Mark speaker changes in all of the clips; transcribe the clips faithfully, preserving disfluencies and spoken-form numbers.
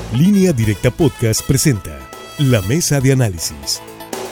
Speaker 1: Línea Directa Podcast presenta La Mesa de Análisis.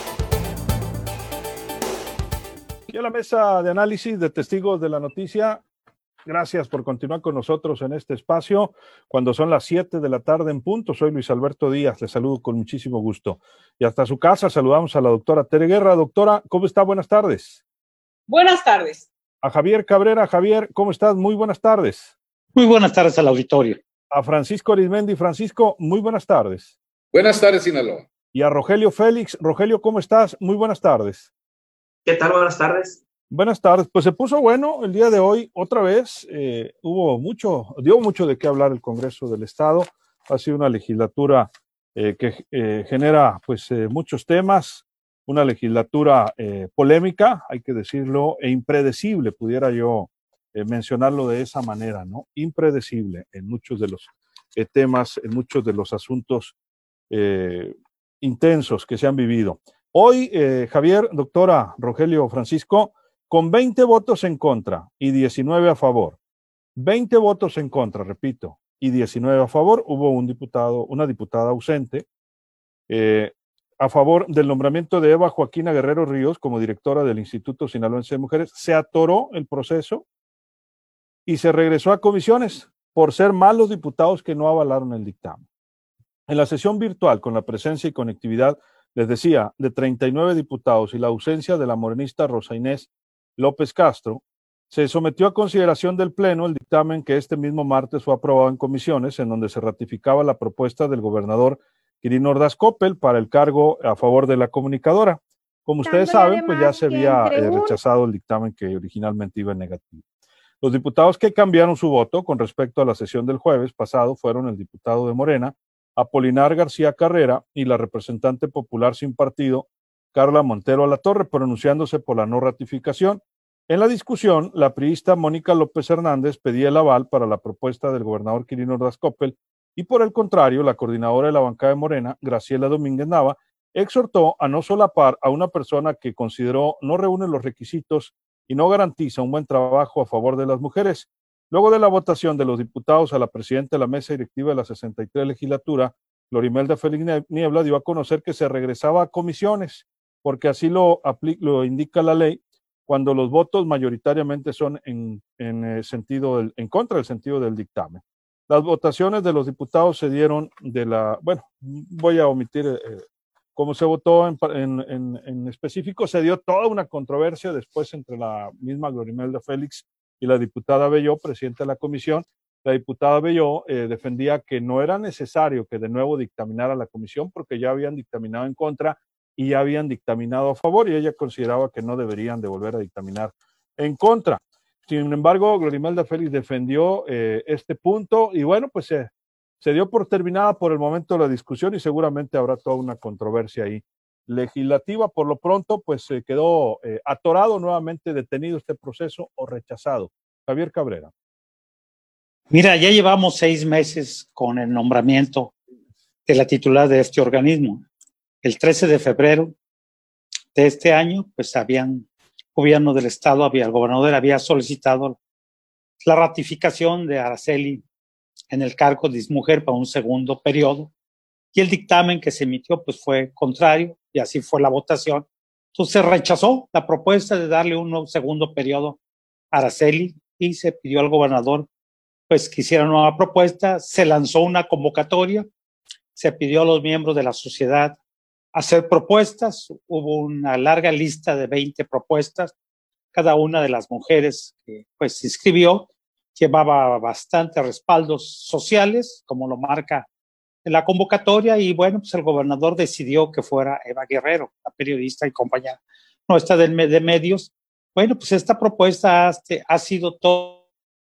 Speaker 2: Y a la mesa de análisis de Testigos de la Noticia, gracias por continuar con nosotros en este espacio. Cuando son las siete de la tarde en punto, soy Luis Alberto Díaz, les saludo con muchísimo gusto. Y hasta su casa saludamos a la doctora Tere Guerra. Doctora, ¿cómo está? Buenas tardes.
Speaker 3: Buenas tardes.
Speaker 2: A Javier Cabrera. Javier, ¿cómo estás? Muy buenas tardes.
Speaker 4: Muy buenas tardes al auditorio.
Speaker 2: A Francisco Arizmendi. Francisco, muy buenas tardes.
Speaker 5: Buenas tardes, Sinaloa.
Speaker 2: Y a Rogelio Félix. Rogelio, ¿cómo estás? Muy buenas tardes.
Speaker 6: ¿Qué tal? Buenas tardes.
Speaker 2: Buenas tardes. Pues se puso bueno el día de hoy. Otra vez eh, hubo mucho, dio mucho de qué hablar el Congreso del Estado. Ha sido una legislatura eh, que eh, genera pues eh, muchos temas. Una legislatura eh, polémica, hay que decirlo, e impredecible, pudiera yo eh, mencionarlo de esa manera, ¿no? Impredecible en muchos de los eh, temas, en muchos de los asuntos eh, intensos que se han vivido. Hoy, eh, Javier, doctora, Rogelio, Francisco, con veinte votos en contra y diecinueve a favor. veinte votos en contra, repito, y diecinueve a favor. Hubo un diputado, una diputada ausente. Eh, a favor del nombramiento de Eva Joaquina Guerrero Ríos como directora del Instituto Sinaloense de Mujeres. Se atoró el proceso y se regresó a comisiones por ser malos diputados que no avalaron el dictamen. En la sesión virtual, con la presencia y conectividad, les decía, de treinta y nueve diputados y la ausencia de la morenista Rosa Inés López Castro, se sometió a consideración del Pleno el dictamen que este mismo martes fue aprobado en comisiones, en donde se ratificaba la propuesta del gobernador Quirino Ordaz Coppel para el cargo a favor de la comunicadora. Como ustedes saben, pues ya se había eh, rechazado el dictamen que originalmente iba en negativo. Los diputados que cambiaron su voto con respecto a la sesión del jueves pasado fueron el diputado de Morena, Apolinar García Carrera, y la representante popular sin partido, Carla Montero Alatorre, pronunciándose por la no ratificación. En la discusión, la priista Mónica López Hernández pedía el aval para la propuesta del gobernador Quirino Ordaz Coppel, y por el contrario, la coordinadora de la bancada de Morena, Graciela Domínguez Nava, exhortó a no solapar a una persona que consideró no reúne los requisitos y no garantiza un buen trabajo a favor de las mujeres. Luego de la votación de los diputados, a la presidenta de la mesa directiva de la sesenta y tres legislatura, Glorimelda Félix Niebla, dio a conocer que se regresaba a comisiones, porque así lo, lo indica la ley, cuando los votos mayoritariamente son en, en, eh, sentido del, en contra del sentido del dictamen. Las votaciones de los diputados se dieron de la, bueno, voy a omitir eh, cómo se votó en, en, en, en específico. Se dio toda una controversia después entre la misma Glorimelda Félix y la diputada Belló, presidenta de la comisión. La diputada Belló eh, defendía que no era necesario que de nuevo dictaminara la comisión porque ya habían dictaminado en contra y ya habían dictaminado a favor, y ella consideraba que no deberían de volver a dictaminar en contra. Sin embargo, Glorimelda Félix defendió eh, este punto y bueno, pues eh, se dio por terminada por el momento la discusión y seguramente habrá toda una controversia ahí legislativa. Por lo pronto, pues se eh, quedó eh, atorado nuevamente, detenido este proceso o rechazado. Javier Cabrera.
Speaker 4: Mira, ya llevamos seis meses con el nombramiento de la titular de este organismo. El trece de febrero de este año, pues habían gobierno del estado, había, el gobernador había solicitado la ratificación de Araceli en el cargo de exmujer para un segundo periodo y el dictamen que se emitió pues fue contrario y así fue la votación. Entonces se rechazó la propuesta de darle un segundo periodo a Araceli y se pidió al gobernador pues que hiciera una nueva propuesta. Se lanzó una convocatoria, se pidió a los miembros de la sociedad hacer propuestas, hubo una larga lista de veinte propuestas, cada una de las mujeres que pues se inscribió llevaba bastantes respaldos sociales, como lo marca en la convocatoria, y bueno, pues el gobernador decidió que fuera Eva Guerrero, la periodista y compañera nuestra de, de medios. Bueno, pues esta propuesta ha, ha sido todo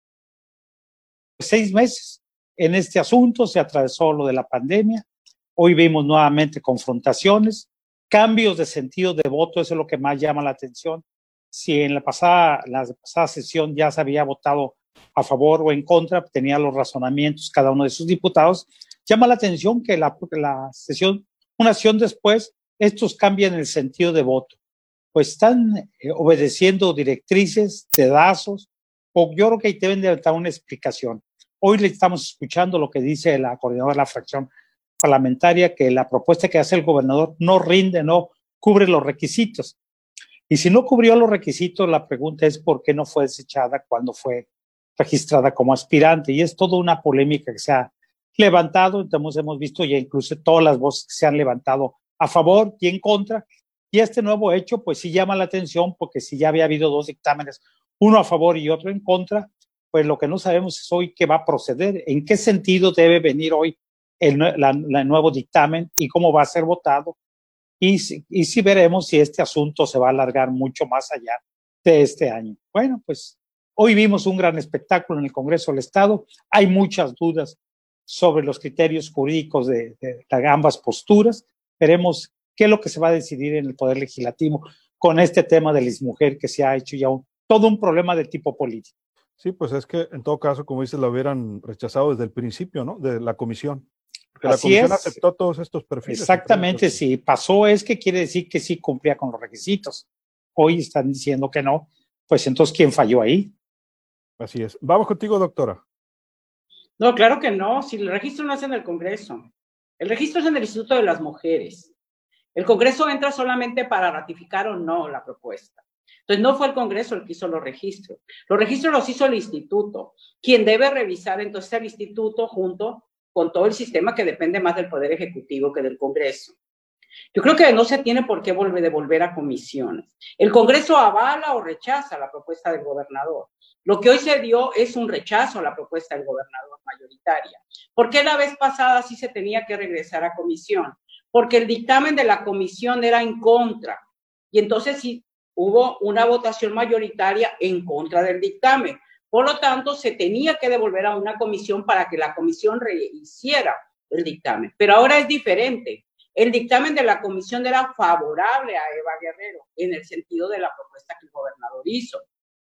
Speaker 4: seis meses en este asunto, se atravesó lo de la pandemia. Hoy vimos nuevamente confrontaciones, cambios de sentido de voto, eso es lo que más llama la atención. Si en la pasada, la pasada sesión ya se había votado a favor o en contra, tenía los razonamientos cada uno de sus diputados, llama la atención que la, la sesión, una sesión después, estos cambian el sentido de voto. Pues están eh, obedeciendo directrices, dedazos, o yo creo que ahí deben de dar una explicación. Hoy le estamos escuchando lo que dice la coordinadora de la fracción parlamentaria, que la propuesta que hace el gobernador no rinde, no cubre los requisitos. Y si no cubrió los requisitos, la pregunta es por qué no fue desechada cuando fue registrada como aspirante. Y es toda una polémica que se ha levantado. Entonces hemos visto ya incluso todas las voces que se han levantado a favor y en contra. Y este nuevo hecho, pues sí llama la atención, porque si ya había habido dos dictámenes, uno a favor y otro en contra, pues lo que no sabemos es hoy qué va a proceder, en qué sentido debe venir hoy el, la, la nuevo dictamen y cómo va a ser votado. Y si, y si veremos si este asunto se va a alargar mucho más allá de este año. Bueno, pues hoy vimos un gran espectáculo en el Congreso del Estado. Hay muchas dudas sobre los criterios jurídicos de, de, de ambas posturas. Veremos qué es lo que se va a decidir en el Poder Legislativo con este tema de la exmujer, que se ha hecho ya un, todo un problema de tipo político.
Speaker 2: Sí, pues es que en todo caso, como dices, lo hubieran rechazado desde el principio, ¿no? De la comisión. Porque la comisión es. aceptó todos estos perfiles.
Speaker 4: Exactamente, si pasó es que quiere decir que sí cumplía con los requisitos. Hoy están diciendo que no, pues entonces, ¿quién falló ahí?
Speaker 2: Así es. Vamos contigo, doctora.
Speaker 3: No, claro que no. Si el registro no es en el Congreso, el registro es en el Instituto de las Mujeres. El Congreso entra solamente para ratificar o no la propuesta. Entonces, no fue el Congreso el que hizo los registros. Los registros los hizo el Instituto, quien debe revisar entonces el Instituto junto con todo el sistema que depende más del Poder Ejecutivo que del Congreso. Yo creo que no se tiene por qué volver, devolver a comisiones. El Congreso avala o rechaza la propuesta del gobernador. Lo que hoy se dio es un rechazo a la propuesta del gobernador mayoritaria. ¿Por qué la vez pasada sí se tenía que regresar a comisión? Porque el dictamen de la comisión era en contra. Y entonces sí hubo una votación mayoritaria en contra del dictamen. Por lo tanto, se tenía que devolver a una comisión para que la comisión rehiciera el dictamen. Pero ahora es diferente. El dictamen de la comisión era favorable a Eva Guerrero en el sentido de la propuesta que el gobernador hizo.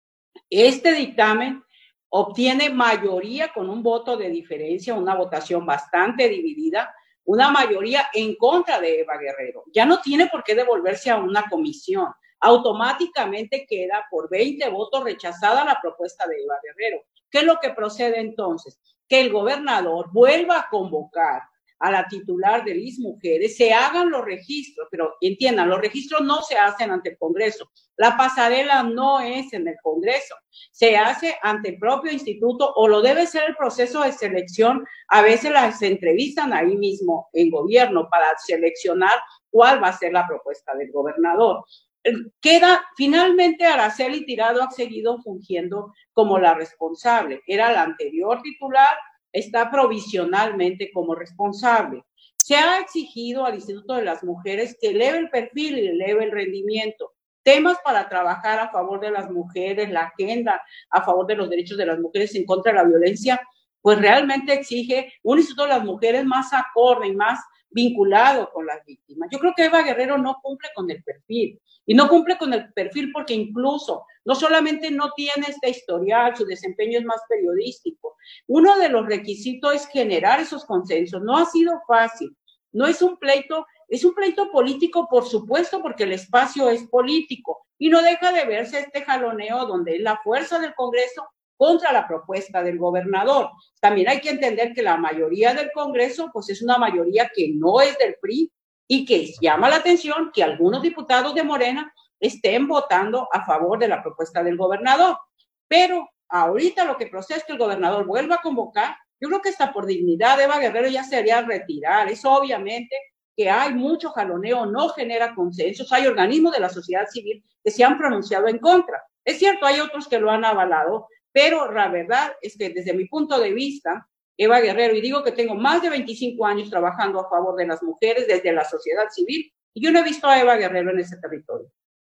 Speaker 3: Este dictamen obtiene mayoría con un voto de diferencia, una votación bastante dividida, una mayoría en contra de Eva Guerrero. Ya no tiene por qué devolverse a una comisión. Automáticamente queda por veinte votos rechazada la propuesta de Eva Guerrero. ¿Qué es lo que procede entonces? Que el gobernador vuelva a convocar a la titular de las mujeres, se hagan los registros, pero entiendan, los registros no se hacen ante el Congreso. La pasarela no es en el Congreso, se hace ante el propio instituto o lo debe ser el proceso de selección. A veces las entrevistan ahí mismo en gobierno para seleccionar cuál va a ser la propuesta del gobernador. Queda, finalmente, Araceli Tirado ha seguido fungiendo como la responsable. Era la anterior titular, está provisionalmente como responsable. Se ha exigido al Instituto de las Mujeres que eleve el perfil y eleve el rendimiento. Temas para trabajar a favor de las mujeres, la agenda a favor de los derechos de las mujeres en contra de la violencia, pues realmente exige un Instituto de las Mujeres más acorde y más vinculado con las víctimas. Yo creo que Eva Guerrero no cumple con el perfil. Y no cumple con el perfil porque incluso no solamente no tiene este historial, su desempeño es más periodístico. Uno de los requisitos es generar esos consensos. No ha sido fácil. No es un pleito, es un pleito político, por supuesto, porque el espacio es político. Y no deja de verse este jaloneo donde es la fuerza del Congreso contra la propuesta del gobernador. También hay que entender que la mayoría del Congreso, pues es una mayoría que no es del P R I, y que llama la atención que algunos diputados de Morena estén votando a favor de la propuesta del gobernador. Pero ahorita lo que procede es que el gobernador vuelva a convocar. Yo creo que hasta por dignidad de Eva Guerrero ya se haría retirar. Eso obviamente que hay mucho jaloneo, no genera consensos. Hay organismos de la sociedad civil que se han pronunciado en contra. Es cierto, hay otros que lo han avalado, pero la verdad es que desde mi punto de vista, Eva Guerrero, y digo que tengo más de veinticinco años trabajando a favor de las mujeres desde la sociedad civil, y yo no he visto a Eva Guerrero en ese territorio.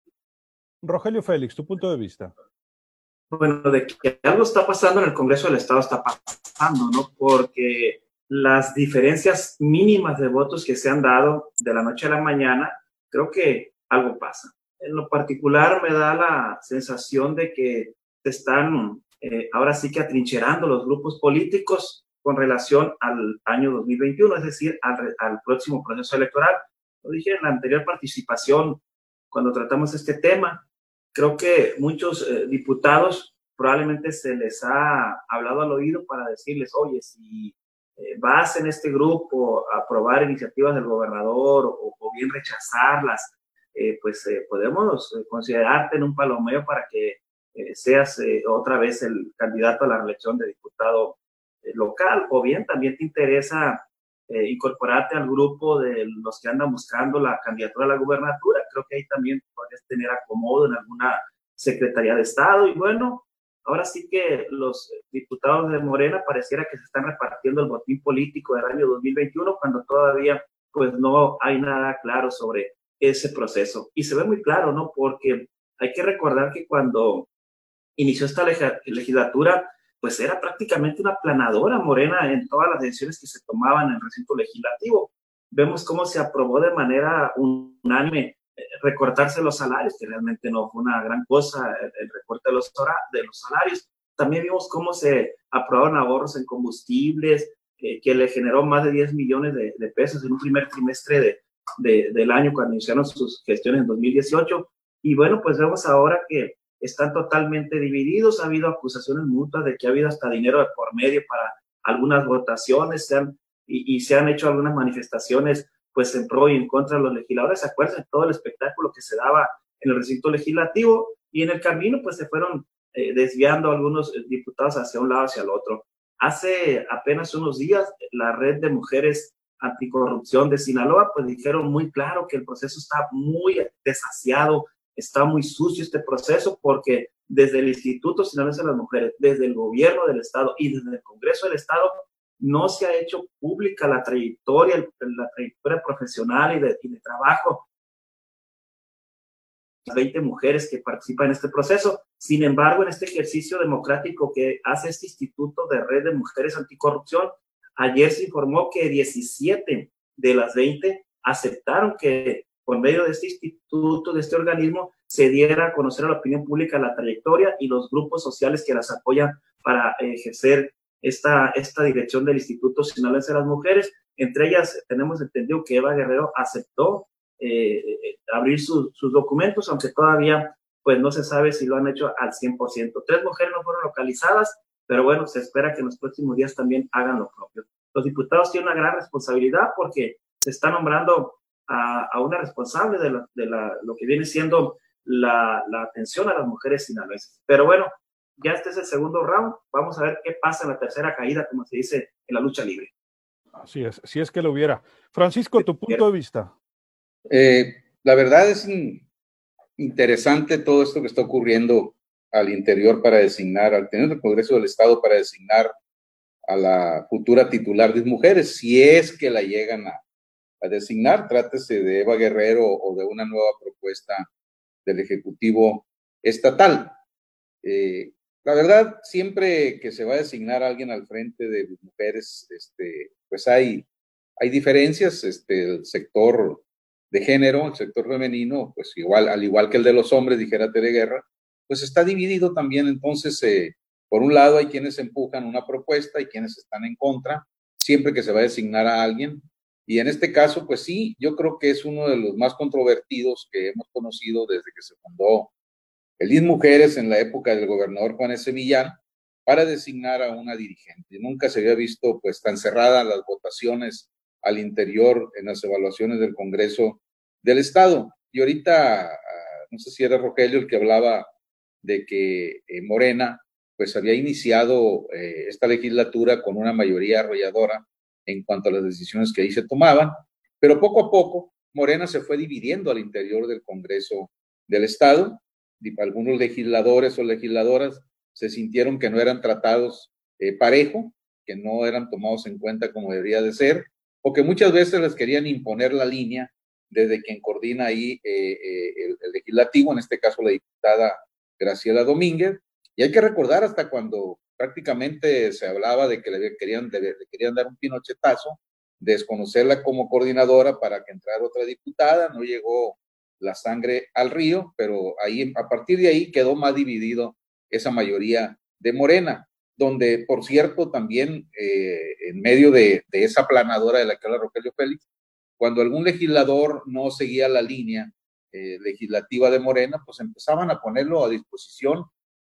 Speaker 2: Rogelio Félix, tu punto de vista.
Speaker 6: Bueno, de que algo está pasando en el Congreso del Estado está pasando, ¿no? Porque las diferencias mínimas de votos que se han dado de la noche a la mañana, creo que algo pasa. En lo particular me da la sensación de que se están eh, ahora sí que atrincherando los grupos políticos con relación al año dos mil veintiuno, es decir, al, al próximo proceso electoral. Lo dije en la anterior participación cuando tratamos este tema. Creo que muchos eh, diputados probablemente se les ha hablado al oído para decirles, oye, si eh, vas en este grupo a aprobar iniciativas del gobernador o, o bien rechazarlas, eh, pues eh, podemos considerarte en un palomeo para que eh, seas eh, otra vez el candidato a la reelección de diputado eh, local, o bien también te interesa eh, incorporarte al grupo de los que andan buscando la candidatura a la gubernatura. Creo que ahí también podrías tener acomodo en alguna Secretaría de Estado. Y bueno, ahora sí que los diputados de Morena pareciera que se están repartiendo el botín político del año dos mil veintiuno, cuando todavía pues no hay nada claro sobre ese proceso. Y se ve muy claro, ¿no? Porque hay que recordar que cuando inició esta legislatura, pues era prácticamente una planadora Morena en todas las decisiones que se tomaban en el recinto legislativo. Vemos cómo se aprobó de manera unánime eh, recortarse los salarios, que realmente no fue una gran cosa el, el recorte de los, de los salarios. También vimos cómo se aprobaron ahorros en combustibles, eh, que le generó más de diez millones de, de pesos en un primer trimestre de, de, del año cuando iniciaron sus gestiones en dos mil dieciocho. Y bueno, pues vemos ahora que están totalmente divididos. Ha habido acusaciones mutuas de que ha habido hasta dinero de por medio para algunas votaciones, se han, y, y se han hecho algunas manifestaciones pues en pro y en contra de los legisladores. ¿Se acuerdan de todo el espectáculo que se daba en el recinto legislativo? Y en el camino pues se fueron eh, desviando algunos diputados hacia un lado, hacia el otro. Hace apenas unos días la Red de Mujeres Anticorrupción de Sinaloa pues dijeron muy claro que el proceso está muy desasiado, está muy sucio este proceso, porque desde el Instituto Sinaloense de las Mujeres, desde el gobierno del Estado y desde el Congreso del Estado, no se ha hecho pública la trayectoria, la trayectoria profesional y de, y de trabajo de las veinte mujeres que participan en este proceso. Sin embargo, en este ejercicio democrático que hace este Instituto de Red de Mujeres Anticorrupción, ayer se informó que diecisiete de las veinte aceptaron que por medio de este instituto, de este organismo, se diera a conocer a la opinión pública la trayectoria y los grupos sociales que las apoyan para ejercer esta, esta dirección del Instituto Sinaloense de las Mujeres. Entre ellas, tenemos entendido que Eva Guerrero aceptó eh, abrir su, sus documentos, aunque todavía pues no se sabe si lo han hecho al cien por ciento. Tres mujeres no fueron localizadas, pero bueno, se espera que en los próximos días también hagan lo propio. Los diputados tienen una gran responsabilidad porque se está nombrando A, a una responsable de, la, de la, lo que viene siendo la, la atención a las mujeres sinaloenses. Pero bueno, ya este es el segundo round. Vamos a ver qué pasa en la tercera caída, como se dice en la lucha libre.
Speaker 2: Así es, si es que lo hubiera. Francisco, tu punto de vista.
Speaker 5: Eh, la verdad es interesante todo esto que está ocurriendo al interior para designar, al tener el Congreso del Estado para designar a la futura titular de mujeres, si es que la llegan a a designar, trátese de Eva Guerrero o de una nueva propuesta del Ejecutivo Estatal. Eh, la verdad, siempre que se va a designar a alguien al frente de mujeres, este, pues hay, hay diferencias. Este, el sector de género, el sector femenino, pues igual, al igual que el de los hombres, dijera Tere Guerra, pues está dividido también. Entonces, eh, por un lado hay quienes empujan una propuesta y quienes están en contra, siempre que se va a designar a alguien. Y en este caso, pues sí, yo creo que es uno de los más controvertidos que hemos conocido desde que se fundó el I S Mujeres en la época del gobernador Juan S. Millán para designar a una dirigente. Nunca se había visto pues tan cerradas las votaciones al interior en las evaluaciones del Congreso del Estado. Y ahorita, no sé si era Rogelio el que hablaba de que eh, Morena pues había iniciado eh, esta legislatura con una mayoría arrolladora en cuanto a las decisiones que ahí se tomaban, pero poco a poco Morena se fue dividiendo al interior del Congreso del Estado, y algunos legisladores o legisladoras se sintieron que no eran tratados eh, parejo, que no eran tomados en cuenta como debería de ser, o que muchas veces les querían imponer la línea desde quien coordina ahí eh, eh, el, el legislativo, en este caso la diputada Graciela Domínguez, y hay que recordar hasta cuando prácticamente se hablaba de que le querían, de, le querían dar un pinochetazo, desconocerla como coordinadora para que entrara otra diputada. No llegó la sangre al río, pero ahí, a partir de ahí quedó más dividido esa mayoría de Morena, donde, por cierto, también eh, en medio de, de esa planadora de la que habla Rogelio Félix, cuando algún legislador no seguía la línea eh, legislativa de Morena, pues empezaban a ponerlo a disposición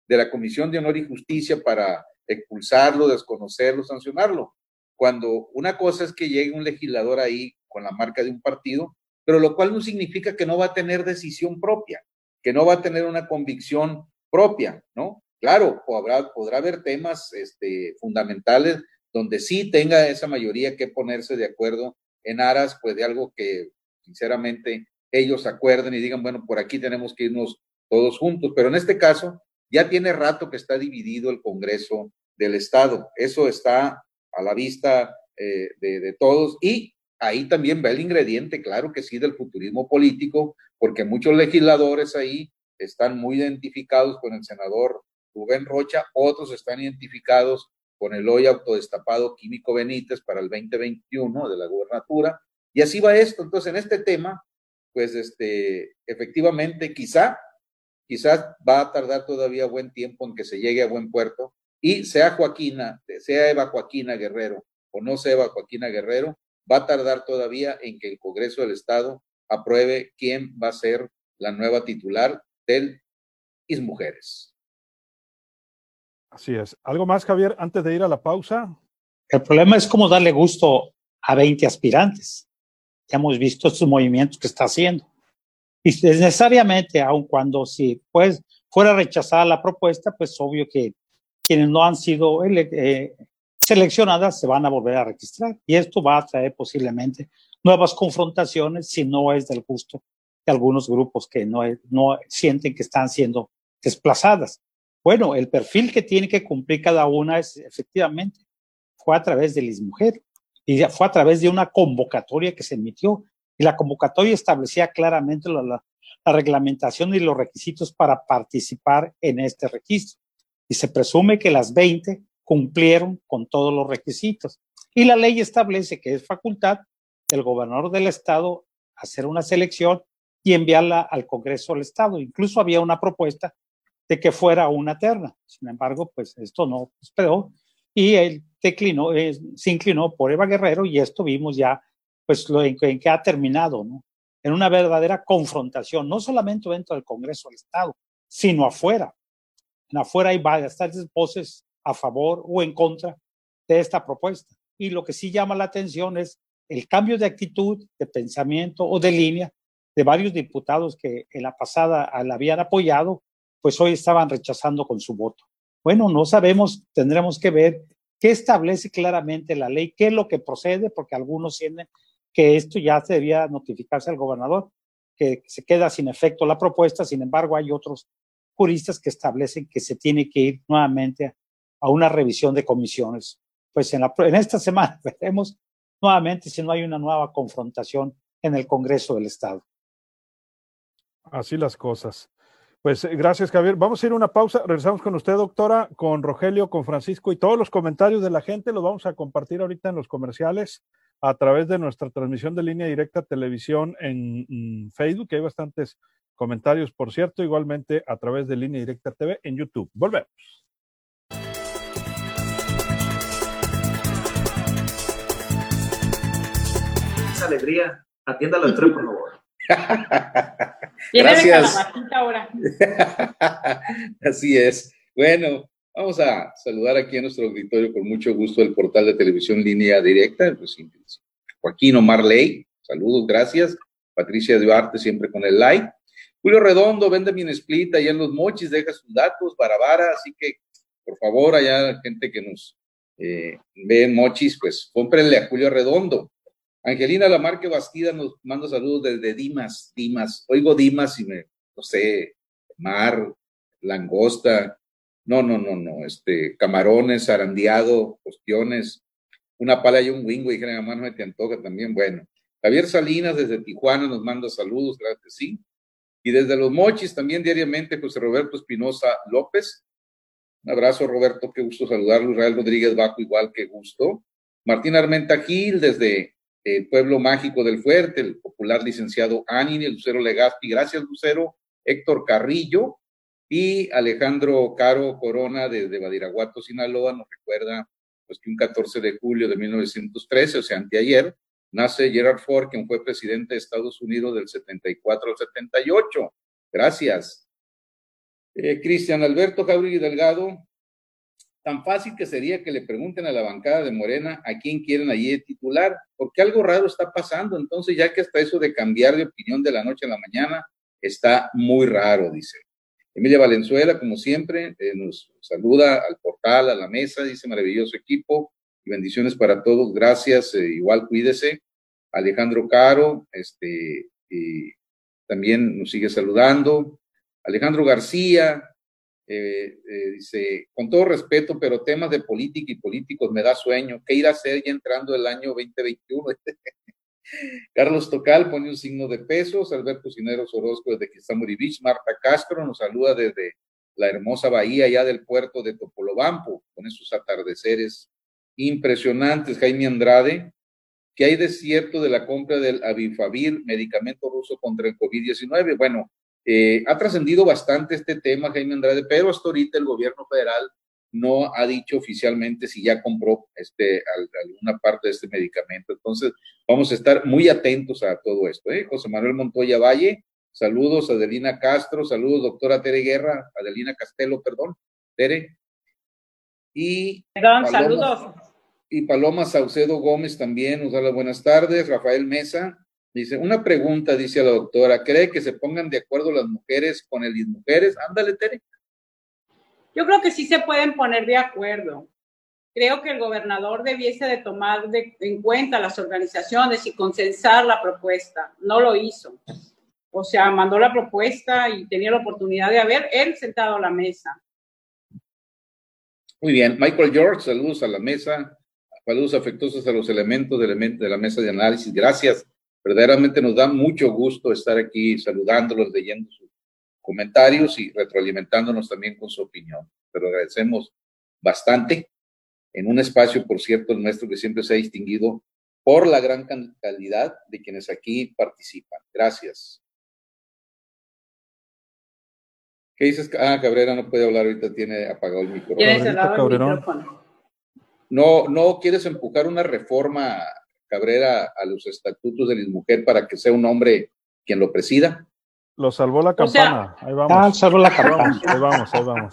Speaker 5: de la Comisión de Honor y Justicia para expulsarlo, desconocerlo, sancionarlo. Cuando una cosa es que llegue un legislador ahí con la marca de un partido, pero lo cual no significa que no va a tener decisión propia, que no va a tener una convicción propia, ¿no? Claro, podrá, podrá haber temas este, fundamentales donde sí tenga esa mayoría que ponerse de acuerdo en aras, pues, de algo que, sinceramente, ellos acuerden y digan, bueno, por aquí tenemos que irnos todos juntos. Pero en este caso, ya tiene rato que está dividido el Congreso del Estado. Eso está a la vista eh, de, de todos, y ahí también va el ingrediente, claro que sí, del futurismo político, porque muchos legisladores ahí están muy identificados con el senador Rubén Rocha, otros están identificados con el hoy autodestapado Químico Benítez para el veinte veintiuno de la gubernatura, y así va esto. Entonces, en este tema, pues, este, efectivamente, quizá, quizás va a tardar todavía buen tiempo en que se llegue a buen puerto, y sea Joaquina, sea Eva Joaquina Guerrero, o no sea Eva Joaquina Guerrero, va a tardar todavía en que el Congreso del Estado apruebe quién va a ser la nueva titular del ISMujeres.
Speaker 2: Así es. ¿Algo más, Javier, antes de ir a la pausa?
Speaker 4: El problema es cómo darle gusto a veinte aspirantes. Ya hemos visto estos movimientos que está haciendo. Y necesariamente, aun cuando si pues, fuera rechazada la propuesta, pues obvio que quienes no han sido eh, seleccionadas se van a volver a registrar. Y esto va a traer posiblemente nuevas confrontaciones si no es del gusto de algunos grupos que no, no sienten que están siendo desplazadas. Bueno, el perfil que tiene que cumplir cada una es efectivamente, fue a través del ISMujer y fue a través de una convocatoria que se emitió. Y la convocatoria establecía claramente la, la, la reglamentación y los requisitos para participar en este registro. Y se presume que las veinte cumplieron con todos los requisitos. Y la ley establece que es facultad del gobernador del estado hacer una selección y enviarla al Congreso del Estado. Incluso había una propuesta de que fuera una terna. Sin embargo, pues esto no prosperó y él declinó, eh, se inclinó por Eva Guerrero, y esto vimos ya pues lo en, en que ha terminado, ¿no? En una verdadera confrontación, no solamente dentro del Congreso del Estado, sino afuera. En afuera hay bastantes voces a favor o en contra de esta propuesta. Y lo que sí llama la atención es el cambio de actitud, de pensamiento o de línea de varios diputados que en la pasada la habían apoyado, pues hoy estaban rechazando con su voto. Bueno, no sabemos, tendremos que ver qué establece claramente la ley, qué es lo que procede, porque algunos sienten que esto ya debía notificarse al gobernador, que se queda sin efecto la propuesta. Sin embargo, hay otros juristas que establecen que se tiene que ir nuevamente a una revisión de comisiones. Pues en, la, en esta semana veremos nuevamente si no hay una nueva confrontación en el Congreso del Estado.
Speaker 2: Así las cosas. Pues gracias, Javier. Vamos a ir a una pausa. Regresamos con usted, doctora, con Rogelio, con Francisco, y todos los comentarios de la gente los vamos a compartir ahorita en los comerciales a través de nuestra transmisión de Línea Directa Televisión en, en Facebook, que hay bastantes comentarios, por cierto, igualmente a través de Línea Directa T V en YouTube. Volvemos.
Speaker 6: Esa alegría, atiéndalo al tren, por favor.
Speaker 5: Gracias.
Speaker 3: Ahora.
Speaker 5: Así es. Bueno, vamos a saludar aquí a nuestro auditorio con mucho gusto del portal de televisión Línea Directa, el presidente Joaquín Omar Ley. Saludos, gracias. Patricia Duarte, siempre con el like. Julio Redondo, vende mi Split allá en Los Mochis, deja sus datos, Barabara, así que, por favor, allá gente que nos eh, ve en Mochis, pues cómprenle a Julio Redondo. Angelina Lamarque Bastida nos manda saludos desde Dimas, Dimas. Oigo Dimas y me, no sé, mar, langosta, no, no, no, no, este, camarones, zarandeado, ostiones, una pala y un wingo, y a mano te antoja también. Bueno, Javier Salinas desde Tijuana nos manda saludos, claro que sí. Y desde Los Mochis también diariamente José Roberto Espinosa López. Un abrazo, Roberto, qué gusto saludarlo. Israel Rodríguez Bajo, igual, qué gusto. Martín Armenta Gil desde el pueblo mágico del Fuerte, el popular licenciado Anini, Lucero Legazpi, gracias Lucero, Héctor Carrillo y Alejandro Caro Corona desde Badiraguato, Sinaloa, nos recuerda pues que un catorce de julio de mil novecientos trece, o sea, anteayer, nace Gerald Ford, quien fue presidente de Estados Unidos del setenta y cuatro al setenta y ocho. Gracias. Eh, Cristian Alberto Jauregui Delgado, tan fácil que sería que le pregunten a la bancada de Morena a quién quieren allí de titular, porque algo raro está pasando, entonces ya que hasta eso de cambiar de opinión de la noche a la mañana está muy raro, dice. Emilia Valenzuela, como siempre, eh, nos saluda al portal, a la mesa, dice maravilloso equipo y bendiciones para todos, gracias, eh, igual cuídese. Alejandro Caro, este, y también nos sigue saludando. Alejandro García, eh, eh, dice, con todo respeto, pero temas de política y políticos me da sueño. ¿Qué ir a hacer ya entrando el año veinte veintiuno? Carlos Tocal pone un signo de pesos. Alberto Cineros Orozco desde Quistamuri Beach. Marta Castro nos saluda desde la hermosa bahía ya del puerto de Topolobampo, con esos atardeceres impresionantes. Jaime Andrade, ¿qué hay de cierto de la compra del Avifavir, medicamento ruso contra el COVID diecinueve? Bueno, eh, ha trascendido bastante este tema, Jaime Andrade, pero hasta ahorita el gobierno federal no ha dicho oficialmente si ya compró este, alguna parte de este medicamento. Entonces, vamos a estar muy atentos a todo esto. ¿eh? José Manuel Montoya Valle, saludos. Adelina Castro, saludos, doctora Tere Guerra, Adelina Castelo, perdón, Tere. Y
Speaker 3: perdón,
Speaker 5: Paloma,
Speaker 3: saludos.
Speaker 5: Y Paloma Saucedo Gómez también nos da las buenas tardes. Rafael Mesa dice, una pregunta, dice a la doctora, ¿cree que se pongan de acuerdo las mujeres con el mujeres? Ándale, Tere.
Speaker 3: Yo creo que sí se pueden poner de acuerdo. Creo que el gobernador debiese de tomar de, en cuenta las organizaciones y consensar la propuesta. No lo hizo. O sea, mandó la propuesta y tenía la oportunidad de haber él sentado a la mesa.
Speaker 5: Muy bien. Michael George, saludos a la mesa. Saludos afectuosos a los elementos de, de la mesa de análisis. Gracias. Verdaderamente nos da mucho gusto estar aquí saludándolos, leyendo sus comentarios y retroalimentándonos también con su opinión. Pero agradecemos bastante en un espacio, por cierto, el nuestro que siempre se ha distinguido por la gran calidad de quienes aquí participan. Gracias. ¿Qué dices? Ah, Cabrera no puede hablar ahorita, tiene apagado el micrófono.
Speaker 3: Tiene cerrado el micrófono.
Speaker 5: No, no quieres empujar una reforma, Cabrera, a los estatutos de la mujer para que sea un hombre quien lo presida.
Speaker 2: Lo salvó la campana. O sea, ahí vamos.
Speaker 4: Ah, salvó la campana.
Speaker 2: Ahí vamos, ahí vamos.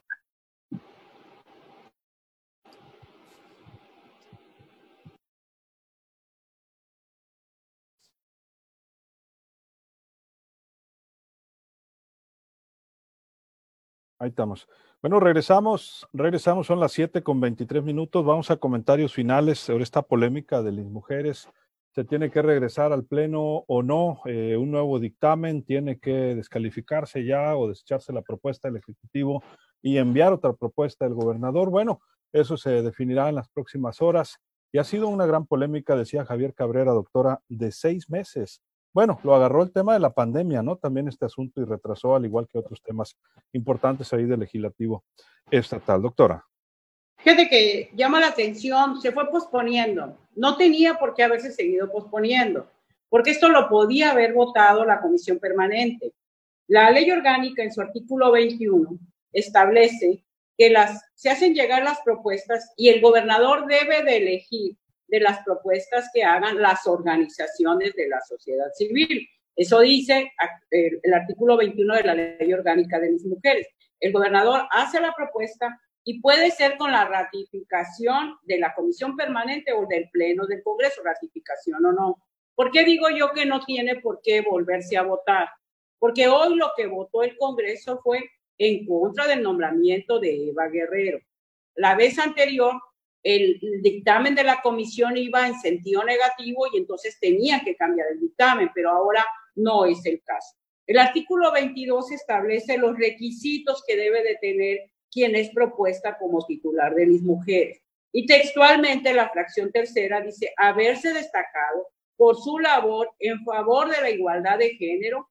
Speaker 2: Ahí estamos. Bueno, regresamos, regresamos, son las siete con veintitrés minutos. Vamos a comentarios finales sobre esta polémica de las mujeres. ¿Se tiene que regresar al pleno o no? Eh, un nuevo dictamen, tiene que descalificarse ya o desecharse la propuesta del Ejecutivo y enviar otra propuesta del gobernador. Bueno, eso se definirá en las próximas horas. Y ha sido una gran polémica, decía Javier Cabrera, doctora, de seis meses. Bueno, lo agarró el tema de la pandemia, ¿no? También este asunto y retrasó, al igual que otros temas importantes ahí del legislativo estatal. Doctora.
Speaker 3: Fíjate que llama la atención, se fue posponiendo. No tenía por qué haberse seguido posponiendo, porque esto lo podía haber votado la comisión permanente. La ley orgánica en su artículo veintiuno establece que las, se hacen llegar las propuestas y el gobernador debe de elegir de las propuestas que hagan las organizaciones de la sociedad civil. Eso dice el artículo veintiuno de la Ley Orgánica de las Mujeres. El gobernador hace la propuesta y puede ser con la ratificación de la comisión permanente o del pleno del Congreso, ratificación o no. ¿Por qué digo yo que no tiene por qué volverse a votar? Porque hoy lo que votó el Congreso fue en contra del nombramiento de Eva Guerrero. La vez anterior, el dictamen de la comisión iba en sentido negativo y entonces tenía que cambiar el dictamen, pero ahora no es el caso. El artículo veintidós establece los requisitos que debe de tener quien es propuesta como titular de las mujeres. Y textualmente la fracción tercera dice haberse destacado por su labor en favor de la igualdad de género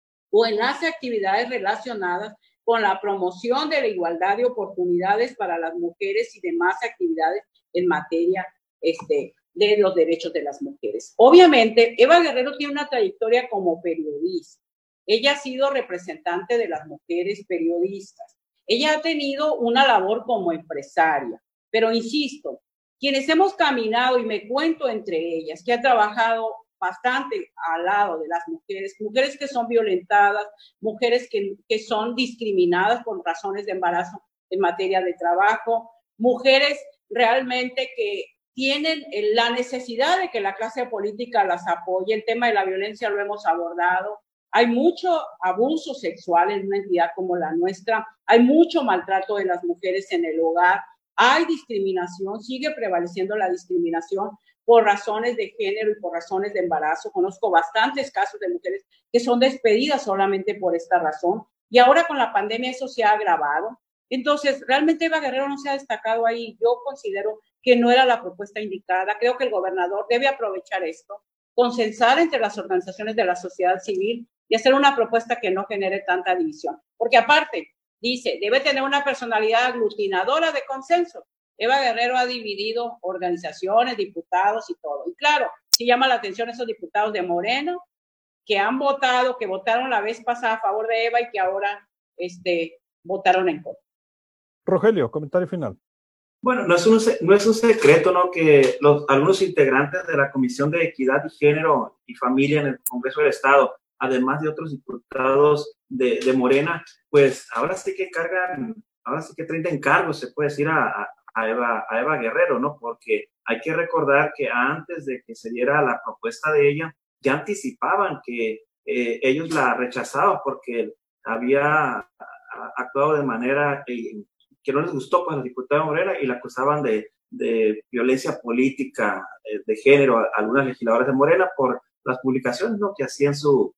Speaker 3: o en las actividades relacionadas con la promoción de la igualdad de oportunidades para las mujeres y demás actividades en materia este, de los derechos de las mujeres. Obviamente, Eva Guerrero tiene una trayectoria como periodista. Ella ha sido representante de las mujeres periodistas. Ella ha tenido una labor como empresaria. Pero insisto, quienes hemos caminado, y me cuento entre ellas, que ha trabajado bastante al lado de las mujeres, mujeres que son violentadas, mujeres que, que son discriminadas por razones de embarazo en materia de trabajo, mujeres realmente que tienen la necesidad de que la clase política las apoye. El tema de la violencia lo hemos abordado. Hay mucho abuso sexual en una entidad como la nuestra, hay mucho maltrato de las mujeres en el hogar, hay discriminación, sigue prevaleciendo la discriminación por razones de género y por razones de embarazo. Conozco bastantes casos de mujeres que son despedidas solamente por esta razón, y ahora con la pandemia eso se ha agravado. Entonces, realmente Eva Guerrero no se ha destacado ahí. Yo considero que no era la propuesta indicada. Creo que el gobernador debe aprovechar esto, consensar entre las organizaciones de la sociedad civil y hacer una propuesta que no genere tanta división. Porque aparte, dice, debe tener una personalidad aglutinadora de consenso. Eva Guerrero ha dividido organizaciones, diputados y todo. Y claro, sí llama la atención esos diputados de Morena que han votado, que votaron la vez pasada a favor de Eva y que ahora este, votaron en contra.
Speaker 2: Rogelio, comentario final.
Speaker 6: Bueno, no es un, no es un secreto, ¿no?, que los algunos integrantes de la Comisión de Equidad y Género y Familia en el Congreso del Estado, además de otros diputados de, de Morena, pues ahora sí que cargan, ahora sí que traen encargos, se puede decir, a, a, Eva, a Eva Guerrero, ¿no? Porque hay que recordar que antes de que se diera la propuesta de ella, ya anticipaban que eh, ellos la rechazaban porque había actuado de manera eh, que no les gustó, pues, a los diputados de Morena, y la acusaban de, de violencia política eh, de género a, a algunas legisladoras de Morena por las publicaciones, ¿no?, que hacían su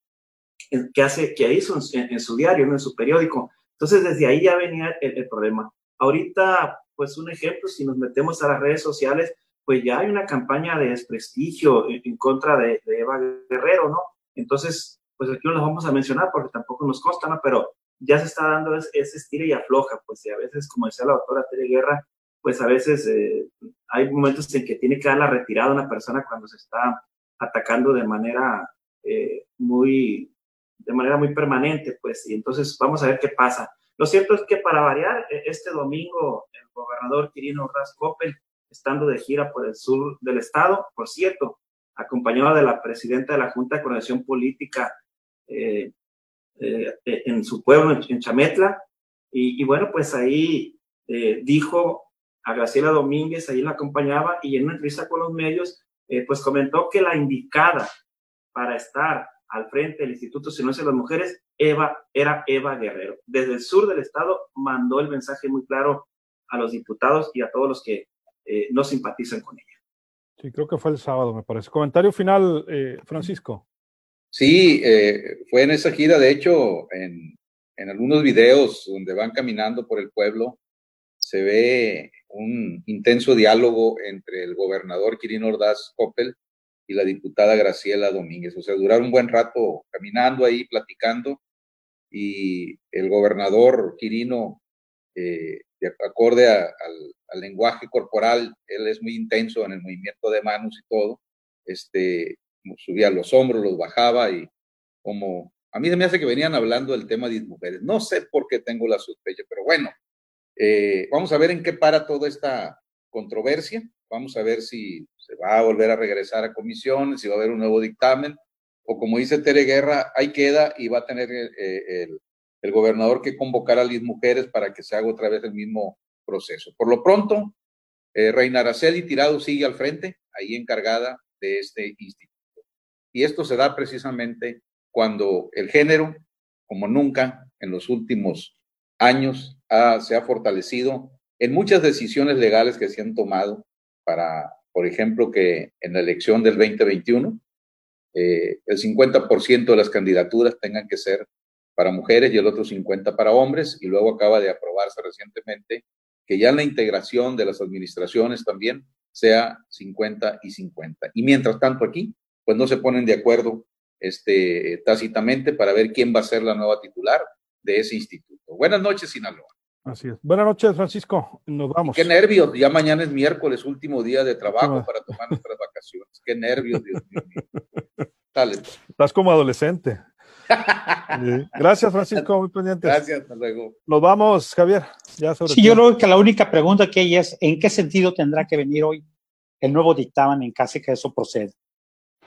Speaker 6: que hace que hizo en, en su diario, ¿no?, en su periódico. Entonces desde ahí ya venía el, el problema. Ahorita, pues un ejemplo, si nos metemos a las redes sociales, pues ya hay una campaña de desprestigio en, en contra de, de Eva Guerrero, ¿no? Entonces, pues aquí no las vamos a mencionar porque tampoco nos consta, ¿no? Pero ya se está dando ese, ese estira y afloja, pues, y a veces, como decía la doctora Tere Guerra, pues a veces eh, hay momentos en que tiene que dar la retirada a una persona cuando se está atacando de manera eh, muy de manera muy permanente, pues, y entonces vamos a ver qué pasa. Lo cierto es que, para variar, este domingo el gobernador Quirino Ordaz Coppel, estando de gira por el sur del estado, por cierto, acompañado de la presidenta de la Junta de Coordinación Política eh, eh, en su pueblo, en, en Chametla, y, y bueno, pues ahí eh, dijo a Graciela Domínguez, ahí la acompañaba, y en una entrevista con los medios, eh, pues comentó que la indicada para estar al frente del Instituto Sinaloense de las Mujeres Eva, era Eva Guerrero. Desde el sur del estado mandó el mensaje muy claro a los diputados y a todos los que eh, no simpatizan con ella.
Speaker 2: Sí, creo que fue el sábado, me parece. Comentario final, eh, Francisco.
Speaker 5: Sí, eh, fue en esa gira, de hecho, en, en algunos videos donde van caminando por el pueblo, se ve un intenso diálogo entre el gobernador Quirino Ordaz Coppel y la diputada Graciela Domínguez. O sea, duraron un buen rato caminando ahí, platicando, y el gobernador Quirino, eh, de acorde a, al, al lenguaje corporal, él es muy intenso en el movimiento de manos y todo, este, subía los hombros, los bajaba, y como, a mí se me hace que venían hablando del tema de las mujeres. No sé por qué tengo la sospecha, pero bueno, eh, vamos a ver en qué para toda esta controversia. Vamos a ver si se va a volver a regresar a comisión, si va a haber un nuevo dictamen, o como dice Tere Guerra, ahí queda y va a tener eh, el, el gobernador que convocar a las mujeres para que se haga otra vez el mismo proceso. Por lo pronto, eh, Reina Araceli Tirado sigue al frente, ahí encargada de este instituto. Y esto se da precisamente cuando el género, como nunca en los últimos años, ha, se ha fortalecido en muchas decisiones legales que se han tomado para, por ejemplo, que en la elección del veinte veintiuno eh, el cincuenta por ciento de las candidaturas tengan que ser para mujeres y el otro cincuenta por ciento para hombres, y luego acaba de aprobarse recientemente que ya en la integración de las administraciones también sea cincuenta y cincuenta. Y mientras tanto aquí, pues no se ponen de acuerdo este, tácitamente para ver quién va a ser la nueva titular de ese instituto. Buenas noches, Sinaloa.
Speaker 2: Así es. Buenas noches, Francisco. Nos vamos.
Speaker 5: Qué nervios. Ya mañana es miércoles, último día de trabajo sí, para tomar nuestras vacaciones. Qué nervios, Dios mío. Dale.
Speaker 2: Estás como adolescente. Sí. Gracias, Francisco. Muy pendientes.
Speaker 5: Gracias. Hasta luego.
Speaker 2: Nos vamos, Javier. Ya sobre
Speaker 4: sí, yo creo que la única pregunta que hay es ¿en qué sentido tendrá que venir hoy el nuevo dictamen en caso que eso proceda?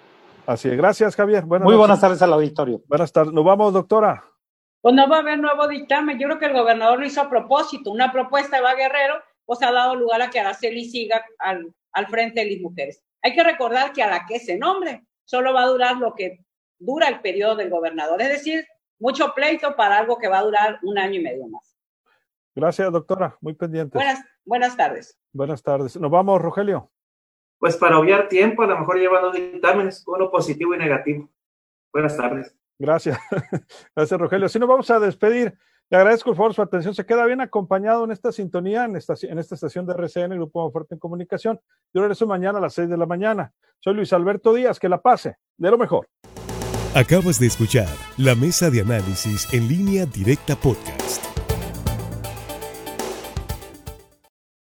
Speaker 2: Así es. Gracias, Javier. Buenas
Speaker 4: Muy
Speaker 2: noches.
Speaker 4: buenas tardes al auditorio.
Speaker 2: Buenas tardes. Nos vamos, doctora.
Speaker 3: Pues no va a haber nuevo dictamen. Yo creo que el gobernador lo hizo a propósito. Una propuesta de Va Guerrero, pues ha dado lugar a que Araceli siga al, al frente de las mujeres. Hay que recordar que a la que se nombre solo va a durar lo que dura el periodo del gobernador. Es decir, mucho pleito para algo que va a durar un año y medio más.
Speaker 2: Gracias, doctora. Muy pendiente.
Speaker 3: Buenas, buenas tardes.
Speaker 2: Buenas tardes. Nos vamos, Rogelio.
Speaker 6: Pues para obviar tiempo, a lo mejor llevan dos dictámenes, uno positivo y negativo. Buenas tardes.
Speaker 2: Gracias. Gracias, Rogelio. Así nos vamos a despedir. Le agradezco por favor su atención. Se queda bien acompañado en esta sintonía, en esta, en esta estación de R C N, Grupo Fuerte en Comunicación. Yo regreso mañana a las seis de la mañana. Soy Luis Alberto Díaz. Que la pase de lo mejor.
Speaker 1: Acabas de escuchar La Mesa de Análisis en Línea Directa Podcast.